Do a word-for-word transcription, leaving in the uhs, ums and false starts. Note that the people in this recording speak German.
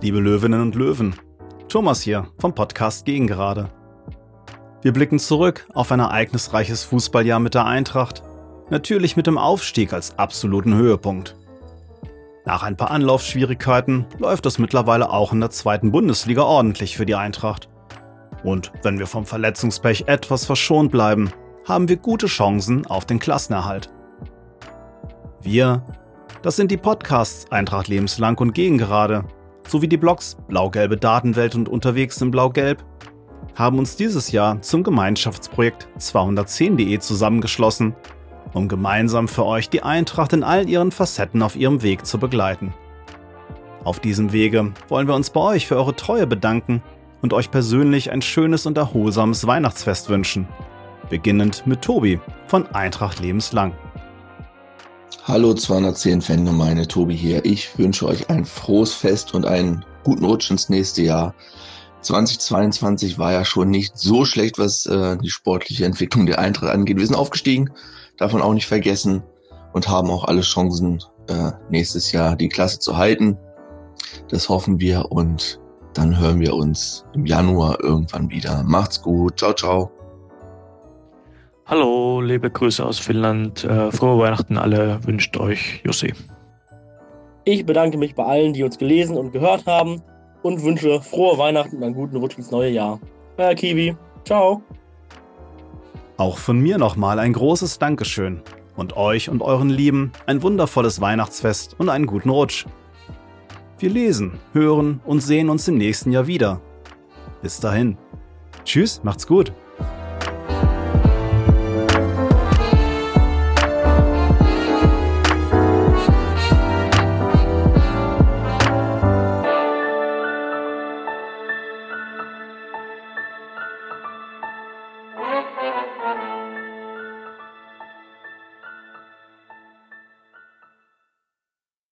liebe Löwinnen und Löwen. Thomas hier vom Podcast Gegengerade. Wir blicken zurück auf ein ereignisreiches Fußballjahr mit der Eintracht, natürlich mit dem Aufstieg als absoluten Höhepunkt. Nach ein paar Anlaufschwierigkeiten läuft es mittlerweile auch in der zweiten Bundesliga ordentlich für die Eintracht. Und wenn wir vom Verletzungspech etwas verschont bleiben, haben wir gute Chancen auf den Klassenerhalt. Wir, das sind die Podcasts Eintracht lebenslang und Gegengerade, sowie die Blogs Blau-Gelbe Datenwelt und Unterwegs in Blau-Gelb, haben uns dieses Jahr zum Gemeinschaftsprojekt zweihundertzehn punkt de zusammengeschlossen, um gemeinsam für euch die Eintracht in all ihren Facetten auf ihrem Weg zu begleiten. Auf diesem Wege wollen wir uns bei euch für eure Treue bedanken und euch persönlich ein schönes und erholsames Weihnachtsfest wünschen. Beginnend mit Tobi von Eintracht lebenslang. Hallo zweihundertzehn Fangemeinde, Tobi hier. Ich wünsche euch ein frohes Fest und einen guten Rutsch ins nächste Jahr. zweitausendzweiundzwanzig war ja schon nicht so schlecht, was äh, die sportliche Entwicklung der Eintracht angeht. Wir sind aufgestiegen, darf man auch nicht vergessen, und haben auch alle Chancen, äh, nächstes Jahr die Klasse zu halten. Das hoffen wir, und dann hören wir uns im Januar irgendwann wieder. Macht's gut, ciao, ciao. Hallo, liebe Grüße aus Finnland. Äh, frohe Weihnachten alle, wünscht euch Jussi. Ich bedanke mich bei allen, die uns gelesen und gehört haben, und wünsche frohe Weihnachten und einen guten Rutsch ins neue Jahr. Euer Kiwi. Ciao. Auch von mir nochmal ein großes Dankeschön und euch und euren Lieben ein wundervolles Weihnachtsfest und einen guten Rutsch. Wir lesen, hören und sehen uns im nächsten Jahr wieder. Bis dahin. Tschüss, macht's gut.